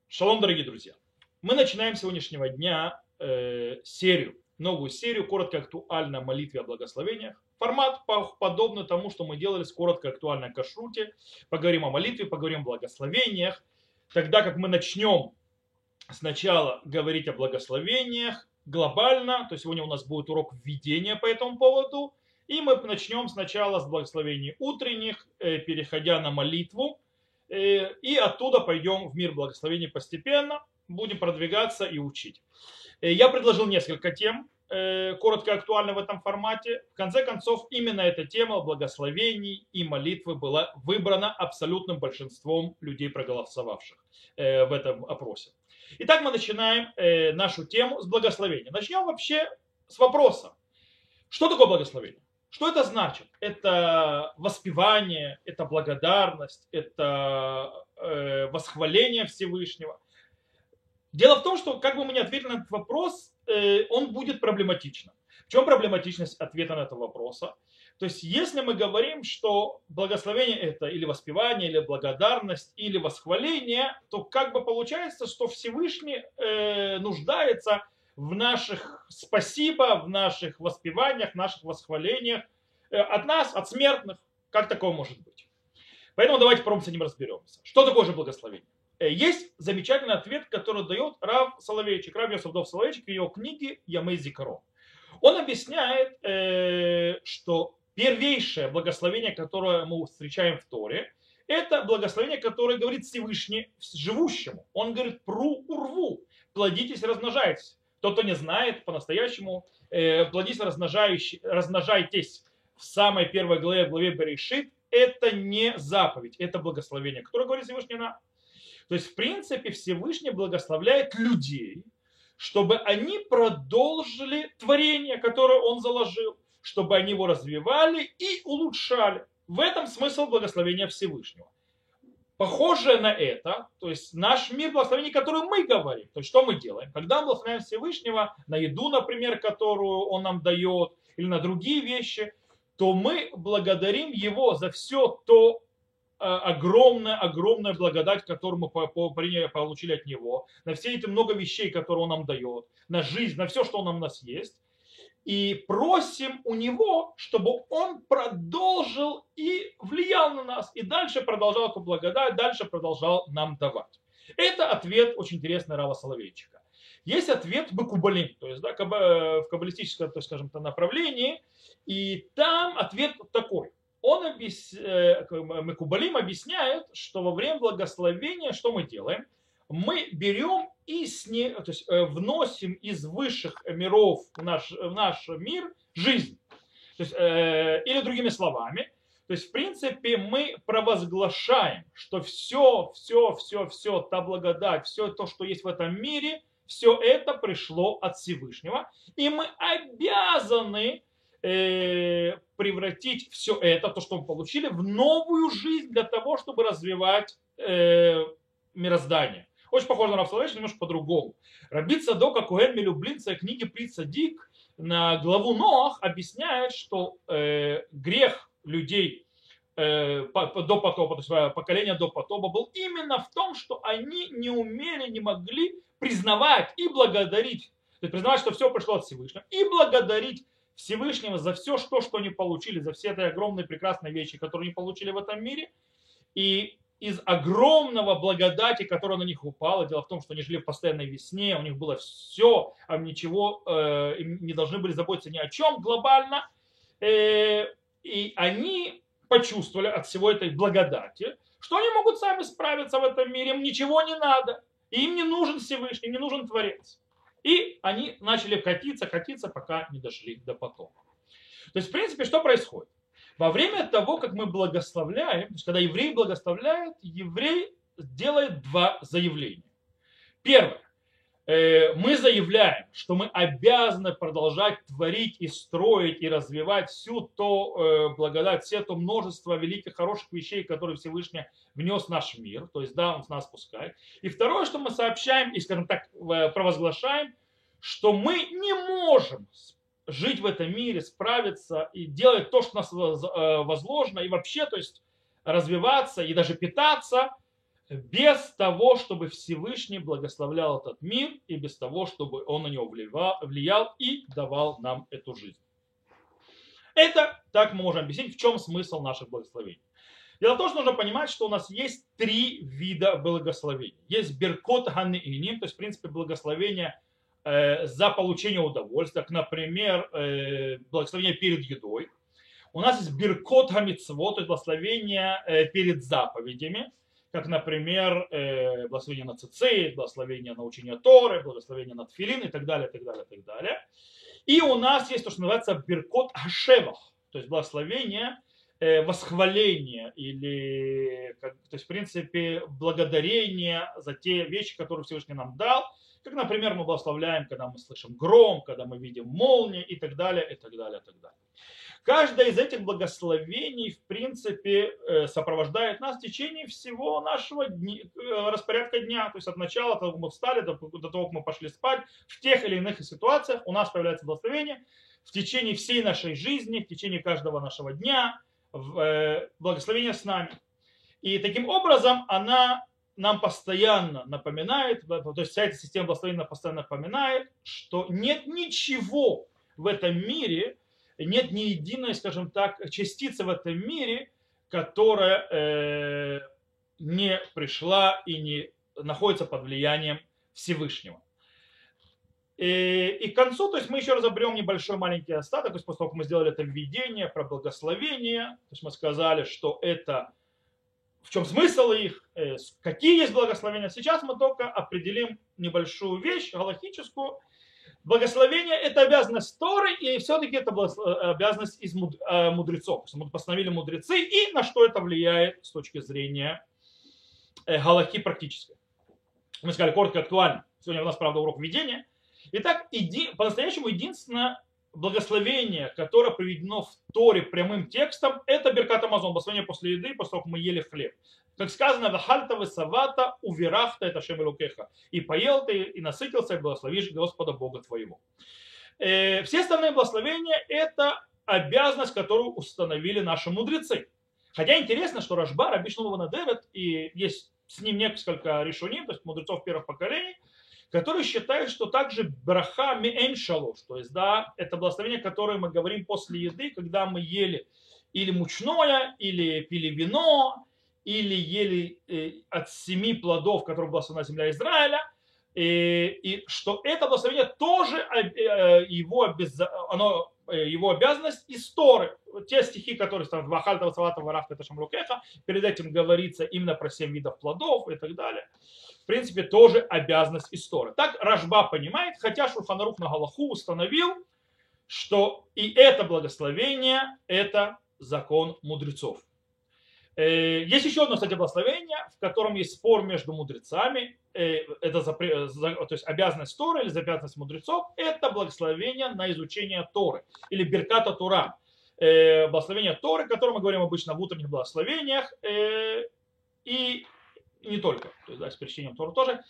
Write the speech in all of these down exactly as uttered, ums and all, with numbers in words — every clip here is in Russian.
Шалом, дорогие друзья! Мы начинаем с сегодняшнего дня э, серию, новую серию коротко актуальной молитве о благословениях. Формат подобный тому, что мы делали с коротко актуальной кашруте. Поговорим о молитве, поговорим о благословениях. Тогда как мы начнем сначала говорить о благословениях глобально, то сегодня у нас будет урок введения по этому поводу. И мы начнем сначала с благословений утренних, э, переходя на молитву. И оттуда пойдем в мир благословений постепенно, будем продвигаться и учить. Я предложил несколько тем, коротко актуально в этом формате. В конце концов, именно эта тема благословений и молитвы была выбрана абсолютным большинством людей, проголосовавших в этом опросе. Итак, мы начинаем нашу тему с благословения. Начнем вообще с вопроса. Что такое благословение? Что это значит? Это воспевание, это благодарность, это э, восхваление Всевышнего. Дело в том, что как бы мы ни ответили на этот вопрос, э, он будет проблематичным. В чем проблематичность ответа на этот вопрос? То есть если мы говорим, что благословение это или воспевание, или благодарность, или восхваление, то как бы получается, что Всевышний э, нуждается в наших спасибо, в наших воспеваниях, в наших восхвалениях от нас, от смертных. Как такое может быть? Поэтому давайте попробуем с этим разберемся. Что такое же благословение? Есть замечательный ответ, который дает Рав Соловейчик, Рав Йосеф Соловейчик в его книге Ямей Зикарон. Он объясняет, что первейшее благословение, которое мы встречаем в Торе, это благословение, которое говорит Всевышний живущему. Он говорит: пру урву, плодитесь, размножайтесь. Тот, кто не знает по-настоящему, э, плодитесь, размножайтесь в самой первой главе, в главе Берешит, это не заповедь, это благословение, которое говорит Всевышний нам. То есть, в принципе, Всевышний благословляет людей, чтобы они продолжили творение, которое он заложил, чтобы они его развивали и улучшали. В этом смысл благословения Всевышнего. Похожее на это, то есть наш мир благословений, который мы говорим. То есть что мы делаем? Когда мы благословляем Всевышнего на еду, например, которую он нам дает, или на другие вещи, то мы благодарим его за все то огромное-огромное благодать, которую мы получили от него, на все эти много вещей, которые он нам дает, на жизнь, на все, что он у нас есть. И просим у него, чтобы он продолжил и влиял на нас, и дальше продолжал эту благодать, дальше продолжал нам давать. Это ответ очень интересный Рава Соловейчика. Есть ответ Мекубалим, то есть да, в каббалистическом, то есть, скажем, направлении, и там ответ такой. Он объяс... Мекубалим объясняет, что во время благословения что мы делаем? Мы берем и сне, то есть вносим из высших миров в наш, в наш мир жизнь. То есть, э, или другими словами, то есть в принципе мы провозглашаем, что все, все, все, все, та благодать, все то, что есть в этом мире, все это пришло от Всевышнего. И мы обязаны э, превратить все это, то, что мы получили, в новую жизнь для того, чтобы развивать э, мироздание. Очень похоже на Рав Соловейчик, немножко по-другому. Раби Цадок ха-Коэн Мелюблин в своей книге При Цадик на главу Ноах объясняет, что э, грех людей э, до потопа, то есть поколения до потопа, был именно в том, что они не умели, не могли признавать и благодарить, то есть признавать, что все пришло от Всевышнего, и благодарить Всевышнего за все, что, что они получили, за все эти огромные прекрасные вещи, которые они получили в этом мире. И из огромного благодати, которая на них упала. Дело в том, что они жили в постоянной весне, у них было все, а ничего, э, им не должны были заботиться ни о чем глобально. Э, и они почувствовали от всего этой благодати, что они могут сами справиться в этом мире, им ничего не надо, и им не нужен Всевышний, им не нужен Творец. И они начали катиться, катиться, пока не дошли до потопа. То есть, в принципе, что происходит? Во время того, как мы благословляем, то есть когда еврей благословляет, еврей делает два заявления. Первое. Мы заявляем, что мы обязаны продолжать творить и строить и развивать всю то благодать, все то множество великих, хороших вещей, которые Всевышний внес в наш мир. То есть, да, он с нас пускает. И второе, что мы сообщаем и, скажем так, провозглашаем, что мы не можем жить в этом мире, справиться и делать то, что нас возложено, и вообще, то есть развиваться и даже питаться без того, чтобы Всевышний благословлял этот мир, и без того, чтобы он на него влиял и давал нам эту жизнь. Это, так мы можем объяснить, в чем смысл наших благословений. Дело в том, что нужно понимать, что у нас есть три вида благословений. Есть беркот ганеиним, то есть, в принципе, благословение э, за получение удовольствия, как, например, э, благословение перед едой. У нас есть беркот хамицвот, то есть благословение э, перед заповедями, как, например, э, благословение на цицит, благословение на учение Торы, благословение на тфилин и так далее, и так далее, и так далее. И у нас есть то, что называется беркот хашевах, то есть благословение, э, восхваление или, как, то есть, в принципе, благодарение за те вещи, которые Всевышний нам дал, как, например, мы благословляем, когда мы слышим гром, когда мы видим молнии и так далее, и так далее, и так далее. Каждое из этих благословений, в принципе, сопровождает нас в течение всего нашего дня, распорядка дня. То есть от начала, от того, как мы встали, до того, как мы пошли спать, в тех или иных ситуациях у нас появляется благословение. В течение всей нашей жизни, в течение каждого нашего дня, благословение с нами. И таким образом она нам постоянно напоминает, то есть вся эта система благословения постоянно напоминает, что нет ничего в этом мире, нет ни единой, скажем так, частицы в этом мире, которая э, не пришла и не находится под влиянием Всевышнего. И, и к концу, то есть мы еще разобрем небольшой маленький остаток, то есть после того, как мы сделали это введение про благословение, то есть мы сказали, что это, в чем смысл их, э, какие есть благословения. Сейчас мы только определим небольшую вещь, галахическую. Благословение – это обязанность Торы, и все-таки это обязанность из мудрецов. То есть постановили мудрецы, и на что это влияет с точки зрения галахи практической. Мы сказали, коротко, актуально. Сегодня у нас, правда, урок введения. Итак, еди, по-настоящему единственное благословение, которое приведено в Торе прямым текстом, это Беркат Амазон, благословение после еды, после того, как мы ели хлеб. Как сказано, «Вахальта весавата увирахта это шем элокеха». И поел ты, и насытился, и благословишь Господа Бога твоего. Э, все остальные благословения – это обязанность, которую установили наши мудрецы. Хотя интересно, что Рашба, Раби Шломо бен Адевет, и есть с ним несколько решуним, то есть мудрецов первых поколений, которые считают, что также браха меэн шалош, то есть, да, это благословение, которое мы говорим после еды, когда мы ели или мучное, или пили вино, или ели э, от семи плодов, которые благословена земля Израиля, и, и что это благословение тоже э, его, обез... оно, э, его обязанность из Торы. Те стихи, которые там «Вахальта васавата варахта это шамрукеха», перед этим говорится именно про семь видов плодов и так далее. В принципе, тоже обязанность из Торы. Так Рашба понимает, хотя Шулхан Арух на Галаху установил, что и это благословение – это закон мудрецов. Есть еще одно, кстати, благословение, в котором есть спор между мудрецами. Это то есть обязанность Торы или обязанность мудрецов. Это благословение на изучение Торы или Берката Тора. Благословение Торы, о котором мы говорим обычно в утренних благословениях. И не только, то есть да, с перечислением Торы тоже.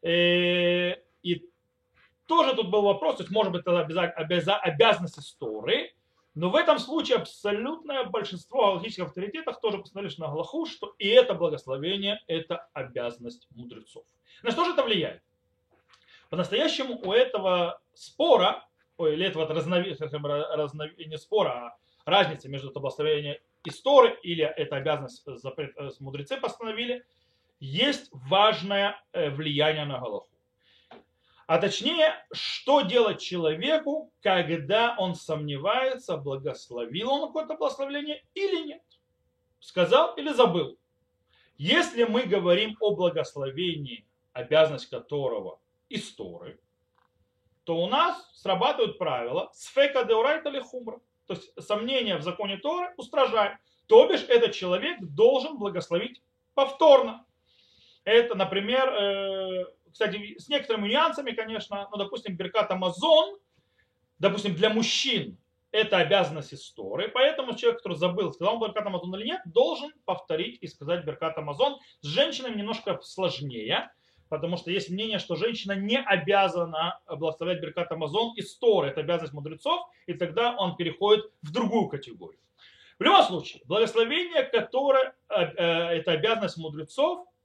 И тоже тут был вопрос, то есть может быть это обязанность из Торы. Но в этом случае абсолютное большинство галахических авторитетов тоже постановили на Галаху, что и это благословение – это обязанность мудрецов. На что же это влияет? По-настоящему у этого спора, или этого разнови, разнови, не спора, а разницы между это благословением из Торы или это обязанность мудрецы постановили, есть важное влияние на Галаху. А точнее, что делать человеку, когда он сомневается, благословил он какое-то благословение или нет. Сказал или забыл. Если мы говорим о благословении, обязанность которого из Торы, то у нас срабатывают правила сфека деорайта или хумра. То есть сомнение в законе Торы устражает. То бишь этот человек должен благословить повторно. Это, например, кстати, с некоторыми нюансами, конечно, ну, допустим, Беркат Амазон, допустим, для мужчин это обязанность из Торы, поэтому человек, который забыл, сказал он Беркат Амазон или нет, должен повторить и сказать Беркат Амазон. С женщинами немножко сложнее, потому что есть мнение, что женщина не обязана благословлять Беркат Амазон из Торы, это обязанность мудрецов, и тогда он переходит в другую категорию. В любом случае, благословение, которое это обязанность мудрецов, а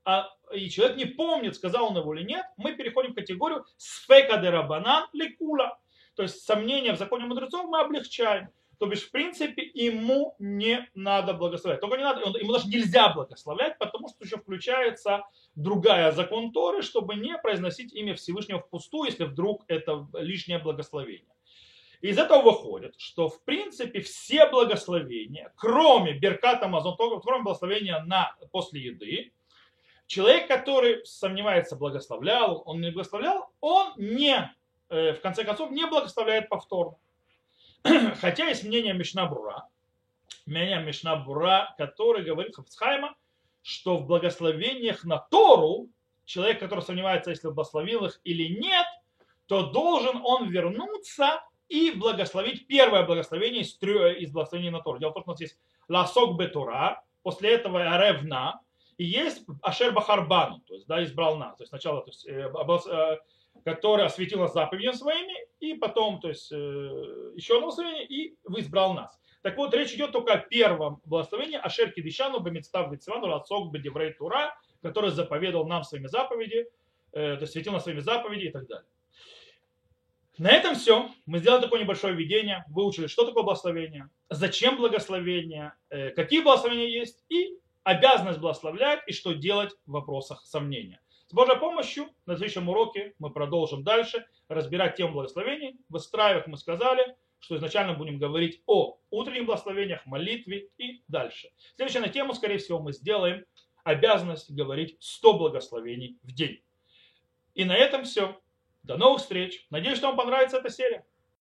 и человек не помнит, сказал он его или нет, мы переходим в категорию сфека де рабанан лекула. То есть сомнения в законе мудрецов мы облегчаем. То бишь, в принципе, ему не надо благословлять. Только не надо, ему даже нельзя благословлять, потому что еще включается другая закон Торы, чтобы не произносить имя Всевышнего впустую, если вдруг это лишнее благословение. Из этого выходит, что в принципе все благословения, кроме Беркат Амазон, кроме благословения на, после еды, человек, который сомневается, благословлял, он не благословлял, он не, в конце концов, не благословляет повторно. Хотя есть мнение Мишна Брура, мнение Мишна Брура, который говорит Хафец Хаима, что в благословениях на Тору человек, который сомневается, если благословил их или нет, то должен он вернуться и благословить первое благословение из, трех, из благословений на Тору. Дело в том, что у нас есть Ласок Бетура, после этого Аревна, и есть Ашер Бахарбану, то есть да, избрал нас. То есть сначала, то есть, э, который осветил нас заповедями своими, и потом, то есть, э, еще одно благословение, и избрал нас. Так вот, речь идет только о первом благословении, Ашер Кидишану, Бамитстав Бетсивану, Ласок Бедеврей Тура, который заповедал нам своими заповеди, э, то есть светил нас своими заповеди и так далее. На этом все. Мы сделали такое небольшое введение, выучили, что такое благословение, зачем благословение, э, какие благословения есть, и обязанность благословлять, и что делать в вопросах сомнения. С Божьей помощью на следующем уроке мы продолжим дальше разбирать тему благословений. В Исраилах мы сказали, что изначально будем говорить о утренних благословениях, молитве и дальше. Следующая на тему, скорее всего, мы сделаем обязанность говорить сто благословений в день. И на этом все. До новых встреч. Надеюсь, что вам понравится эта серия.